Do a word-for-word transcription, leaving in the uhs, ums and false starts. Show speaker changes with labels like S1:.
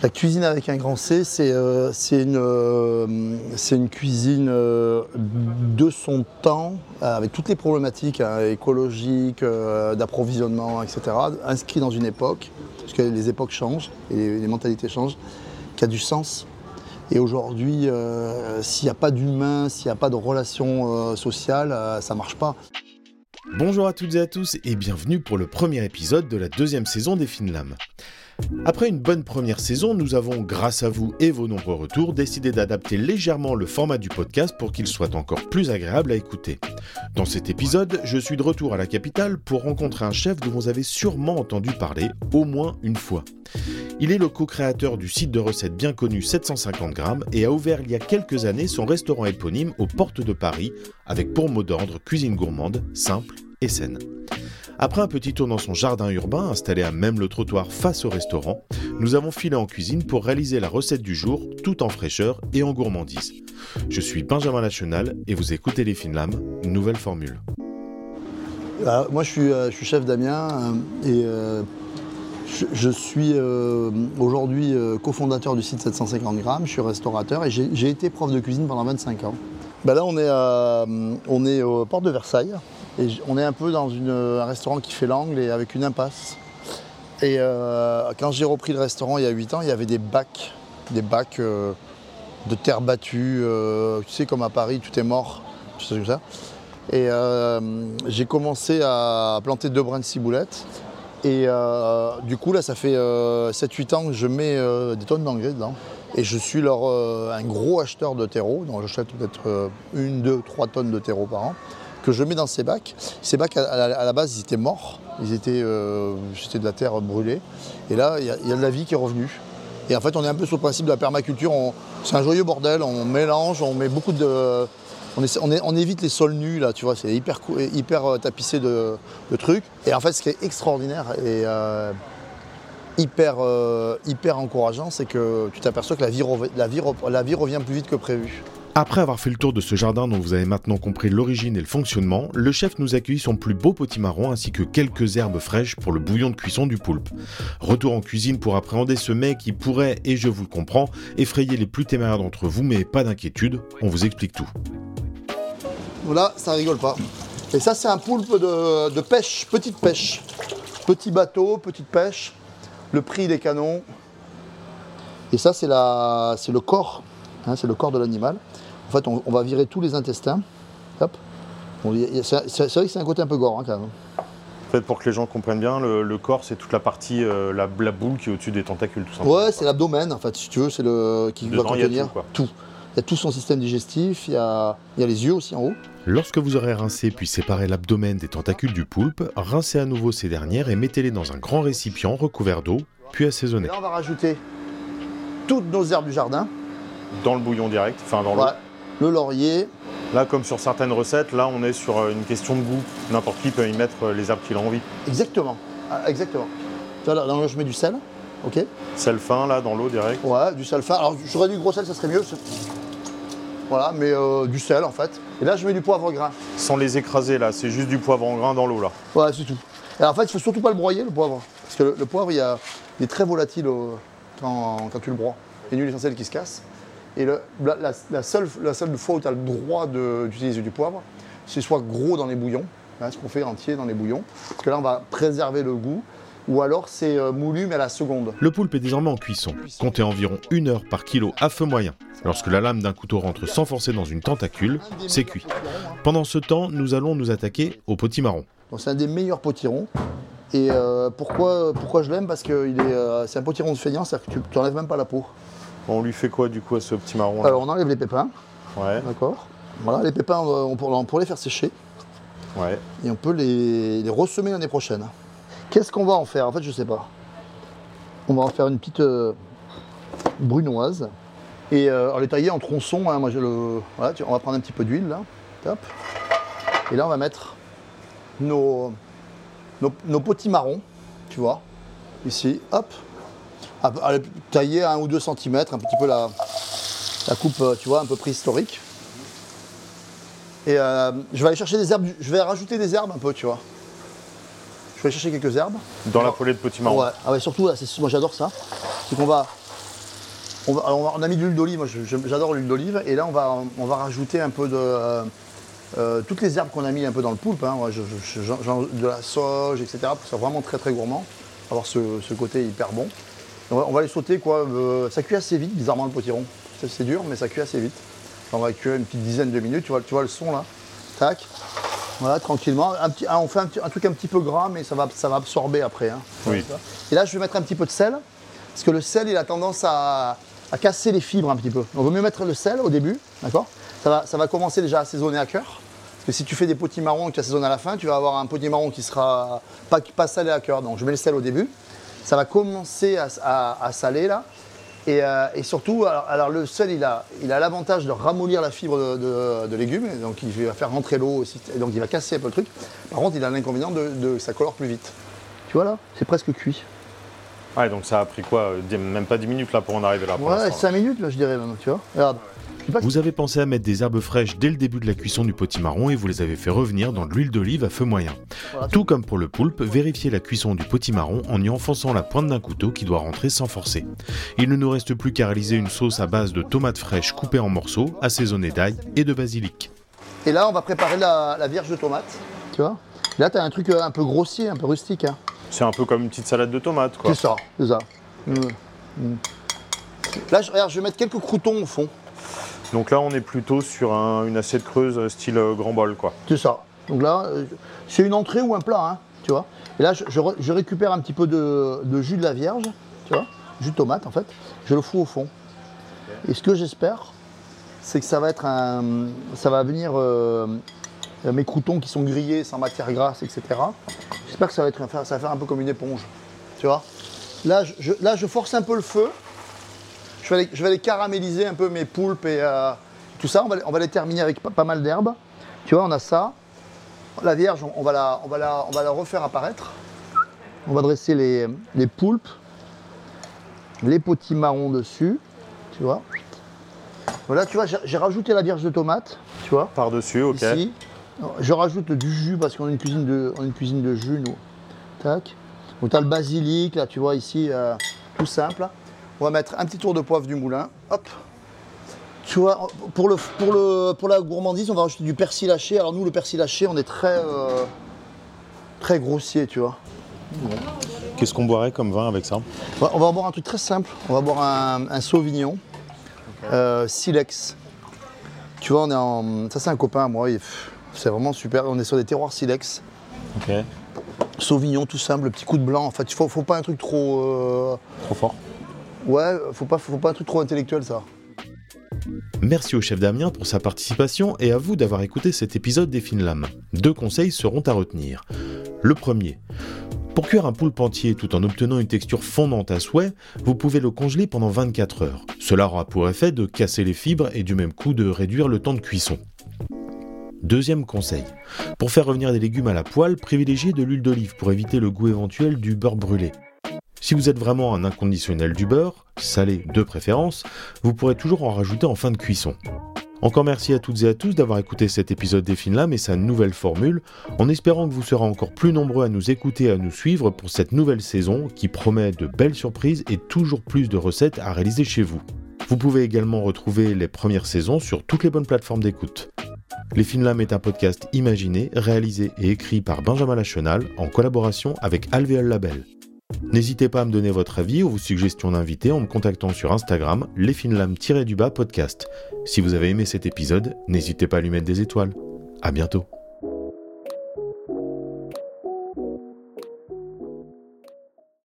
S1: La cuisine avec un grand C, c'est euh, c'est une, euh, c'est une cuisine euh, de son temps, euh, avec toutes les problématiques hein, écologiques, euh, d'approvisionnement, et cetera, inscrit dans une époque, parce que les époques changent et les, les mentalités changent, qui a du sens. Et aujourd'hui, euh, s'il n'y a pas d'humain, s'il n'y a pas de relation euh, sociale, euh, ça ne marche pas.
S2: Bonjour à toutes et à tous et bienvenue pour le premier épisode de la deuxième saison des Fines Lames. Après une bonne première saison, nous avons, grâce à vous et vos nombreux retours, décidé d'adapter légèrement le format du podcast pour qu'il soit encore plus agréable à écouter. Dans cet épisode, je suis de retour à la capitale pour rencontrer un chef dont vous avez sûrement entendu parler au moins une fois. Il est le co-créateur du site de recettes bien connu sept cent cinquante grammes et a ouvert il y a quelques années son restaurant éponyme aux portes de Paris avec pour mot d'ordre cuisine gourmande, simple et saine. Après un petit tour dans son jardin urbain, installé à même le trottoir face au restaurant, nous avons filé en cuisine pour réaliser la recette du jour, tout en fraîcheur et en gourmandise. Je suis Benjamin Lachenal et vous écoutez Les Fines Lames, nouvelle formule.
S1: Alors, moi je suis, euh, je suis chef d'Amiens euh, et euh, je, je suis euh, aujourd'hui euh, cofondateur du site sept cent cinquante grammes, je suis restaurateur et j'ai, j'ai été prof de cuisine pendant vingt-cinq ans. Ben là on est, à, on est aux portes de Versailles. Et on est un peu dans une, un restaurant qui fait l'angle et avec une impasse. Et euh, quand j'ai repris le restaurant il y a huit ans, il y avait des bacs, des bacs euh, de terre battue. Euh, tu sais, comme à Paris, tout est mort, tout ça, tout ça. Et euh, j'ai commencé à planter deux brins de ciboulette. Et euh, du coup, là, ça fait euh, sept huit ans que je mets euh, des tonnes d'engrais dedans. Et je suis leur, euh, un gros acheteur de terreau. Donc j'achète peut-être euh, une, deux, trois tonnes de terreau par an, que je mets dans ces bacs. Ces bacs, à, à, à la base, ils étaient morts. Ils étaient, euh, c'était de la terre brûlée. Et là, il y, y a de la vie qui est revenue. Et en fait, on est un peu sur le principe de la permaculture. On, c'est un joyeux bordel. On mélange, on met beaucoup de... On, est, on, est, on évite les sols nus, là, tu vois. C'est hyper, hyper tapissé de, de trucs. Et en fait, ce qui est extraordinaire et euh, hyper, euh, hyper encourageant, c'est que tu t'aperçois que la vie, rev- la, vie re- la vie revient plus vite que prévu.
S2: Après avoir fait le tour de ce jardin dont vous avez maintenant compris l'origine et le fonctionnement, le chef nous accueille son plus beau potimarron ainsi que quelques herbes fraîches pour le bouillon de cuisson du poulpe. Retour en cuisine pour appréhender ce mets qui pourrait, et je vous le comprends, effrayer les plus téméraires d'entre vous, mais pas d'inquiétude, on vous explique tout.
S1: Là, ça rigole pas. Et ça, c'est un poulpe de, de pêche, petite pêche. Petit bateau, petite pêche. Le prix des canons. Et ça, c'est, la, c'est le corps. Hein, c'est le corps de l'animal. En fait, on, on va virer tous les intestins. Hop. Bon, y a, c'est, c'est vrai que c'est un côté un peu gore, hein, quand même.
S3: En fait, pour que les gens comprennent bien, le, le corps, c'est toute la partie, euh, la, la boule qui est au-dessus des tentacules, tout simplement.
S1: Ouais, c'est l'abdomen, en fait, si tu veux, c'est le qui
S3: Dedans,
S1: doit contenir
S3: il y a tout, quoi.
S1: tout. Il y a tout son système digestif, il y a, il y a les yeux aussi en haut.
S2: Lorsque vous aurez rincé puis séparé l'abdomen des tentacules du poulpe, rincez à nouveau ces dernières et mettez-les dans un grand récipient recouvert d'eau, puis assaisonnez.
S1: Et là, on va rajouter toutes nos herbes du jardin.
S3: Dans le bouillon direct, enfin dans l'eau.
S1: Ouais. Le laurier.
S3: Là, comme sur certaines recettes, là, on est sur une question de goût. N'importe qui peut y mettre les herbes qu'il a envie.
S1: Exactement. Ah, exactement. Là, là, là, je mets du sel. Ok.
S3: Sel fin, là, dans l'eau direct.
S1: Ouais, du sel fin. Alors, j'aurais du gros sel, ça serait mieux. C'est... Voilà, mais euh, du sel en fait. Et là, je mets du poivre grain.
S3: Sans les écraser, là, c'est juste du poivre en grain dans l'eau, là.
S1: Ouais, c'est tout. Et en fait, il faut surtout pas le broyer, le poivre. Parce que le, le poivre, il, y a, il est très volatile au, quand, quand tu le broies. Il y a une huile essentielle qui se casse. Et le, la, la, la, seule, la seule fois où tu as le droit de, d'utiliser du poivre, c'est soit gros dans les bouillons, hein, ce qu'on fait entier dans les bouillons, parce que là on va préserver le goût, ou alors c'est euh, moulu mais à la seconde.
S2: Le poulpe est désormais en cuisson. Comptez environ une heure par kilo à feu moyen. Lorsque la lame d'un couteau rentre s'enfoncer dans une tentacule, c'est cuit. Pendant ce temps, nous allons nous attaquer au potimarron.
S1: Donc c'est un des meilleurs potirons. Et euh, pourquoi, pourquoi je l'aime? Parce que il est, euh, c'est un potiron de feignant, c'est-à-dire que tu n'enlèves même pas la peau.
S3: On lui fait quoi du coup à ce petit marron là?
S1: Alors on enlève les pépins.
S3: Ouais.
S1: D'accord. Voilà, les pépins, on peut, on peut les faire sécher.
S3: Ouais.
S1: Et on peut les, les ressemer l'année prochaine. Qu'est-ce qu'on va en faire? En fait, je sais pas. On va en faire une petite euh, brunoise. Et euh, on les tailler en tronçons. Hein, moi, j'ai le, voilà, tu, on va prendre un petit peu d'huile là. Top. Et là, on va mettre nos, nos, nos potimarrons, tu vois, ici. Hop. À les tailler à un ou deux centimètres, un petit peu la, la coupe, tu vois, un peu préhistorique. Et euh, je vais aller chercher des herbes, je vais rajouter des herbes un peu, tu vois. Je vais aller chercher quelques herbes.
S3: Dans la poêlée de potimarron.
S1: Ouais, ah ouais, surtout, là, c'est, moi j'adore ça. C'est qu'on va On, va, alors on, va, on a mis de l'huile d'olive, moi je, je, j'adore l'huile d'olive, et là on va, on va rajouter un peu de euh, euh, toutes les herbes qu'on a mis un peu dans le poulpe, hein, je, je, je, genre de la sauge, et cetera, pour que ce soit vraiment très très gourmand, avoir ce, ce côté hyper bon. On va, on va les sauter, quoi, euh, ça cuit assez vite, bizarrement le potiron, c'est, c'est dur, mais ça cuit assez vite. On va cuire une petite dizaine de minutes, tu vois, tu vois le son là, tac, voilà, tranquillement. Un petit, ah, on fait un, un truc un petit peu gras, mais ça va, ça va absorber après. Hein,
S3: oui.
S1: Et là je vais mettre un petit peu de sel, parce que le sel il a tendance à... à casser les fibres un petit peu. On vaut mieux mettre le sel au début, d'accord ? Ça va, ça va commencer déjà à assaisonner à cœur. Parce que si tu fais des potimarrons et que tu assaisonnes à la fin, tu vas avoir un potimarron qui sera pas, pas salé à cœur. Donc je mets le sel au début. Ça va commencer à, à, à saler là. Et, euh, et surtout, alors, alors le sel, il a, il a l'avantage de ramollir la fibre de, de, de légumes. Et donc il va faire rentrer l'eau aussi. Et donc il va casser un peu le truc. Par contre, il a l'inconvénient de, de ça colore plus vite. Tu vois là ? C'est presque cuit.
S3: Ouais, donc ça a pris quoi ? Même pas dix minutes là pour en arriver là. Pour
S1: ouais, cinq minutes là, je dirais même, tu vois. Regarde.
S2: Vous avez pensé à mettre des herbes fraîches dès le début de la cuisson du potimarron et vous les avez fait revenir dans de l'huile d'olive à feu moyen. Voilà. Tout comme pour le poulpe, vérifiez la cuisson du potimarron en y enfonçant la pointe d'un couteau qui doit rentrer sans forcer. Il ne nous reste plus qu'à réaliser une sauce à base de tomates fraîches coupées en morceaux, assaisonnées d'ail et de basilic.
S1: Et là, on va préparer la, la vierge de tomate, tu vois. Là, tu as un truc un peu grossier, un peu rustique. Hein.
S3: C'est un peu comme une petite salade de tomates, quoi.
S1: C'est ça, c'est ça. Mmh. Mmh. Là, je, regarde, je vais mettre quelques croûtons au fond.
S3: Donc là, on est plutôt sur un, une assiette creuse style grand bol, quoi.
S1: C'est ça. Donc là, euh, c'est une entrée ou un plat, hein, tu vois. Et là, je, je, je récupère un petit peu de, de jus de la vierge, tu vois, jus de tomate en fait. Je le fous au fond. Okay. Et ce que j'espère, c'est que ça va être un, ça va venir euh, mes croûtons qui sont grillés sans matière grasse, et cetera. J'espère que ça va être, ça va faire un peu comme une éponge, tu vois. Là, je, là, je force un peu le feu. Je vais, les, je vais les caraméliser un peu mes poulpes et euh, tout ça. On va, on va les terminer avec pas, pas mal d'herbes. Tu vois, on a ça. La vierge, on, on, va, la, on, va, la, on va la refaire apparaître. On va dresser les, les poulpes, les potimarrons dessus. Tu vois. Voilà, tu vois, j'ai, j'ai rajouté la vierge de tomate. Tu vois.
S3: Par-dessus, ok.
S1: Ici. Je rajoute du jus parce qu'on a une cuisine de, on a une cuisine de jus, nous. Tac. Donc, tu as le basilic, là, tu vois, ici, euh, tout simple. On va mettre un petit tour de poivre du moulin. Hop. Tu vois, pour, le, pour, le, pour la gourmandise, on va rajouter du persil haché. Alors nous, le persil haché, on est très, euh, très grossier, tu vois.
S3: Bon. Qu'est-ce qu'on boirait comme vin avec ça ?
S1: On va boire un truc très simple. On va boire un, un Sauvignon, okay. euh, Silex. Tu vois, on est en... ça c'est un copain à moi. Il... C'est vraiment super. On est sur des terroirs Silex.
S3: Okay.
S1: Sauvignon, tout simple, petit coup de blanc. En fait, il faut, faut pas un truc trop... Euh...
S3: Trop fort.
S1: Ouais, faut pas, faut pas un truc trop intellectuel, ça.
S2: Merci au chef Damien pour sa participation et à vous d'avoir écouté cet épisode des Fines Lames. Deux conseils seront à retenir. Le premier, pour cuire un poulpe entier tout en obtenant une texture fondante à souhait, vous pouvez le congeler pendant vingt-quatre heures. Cela aura pour effet de casser les fibres et du même coup de réduire le temps de cuisson. Deuxième conseil, pour faire revenir des légumes à la poêle, privilégiez de l'huile d'olive pour éviter le goût éventuel du beurre brûlé. Si vous êtes vraiment un inconditionnel du beurre, salé de préférence, vous pourrez toujours en rajouter en fin de cuisson. Encore merci à toutes et à tous d'avoir écouté cet épisode des Fines Lames et sa nouvelle formule, en espérant que vous serez encore plus nombreux à nous écouter et à nous suivre pour cette nouvelle saison qui promet de belles surprises et toujours plus de recettes à réaliser chez vous. Vous pouvez également retrouver les premières saisons sur toutes les bonnes plateformes d'écoute. Les Fines Lames est un podcast imaginé, réalisé et écrit par Benjamin Lachenal en collaboration avec Alvéole Label. N'hésitez pas à me donner votre avis ou vos suggestions d'invités en me contactant sur Instagram lesfinelames-podcast. Si vous avez aimé cet épisode, n'hésitez pas à lui mettre des étoiles. À bientôt.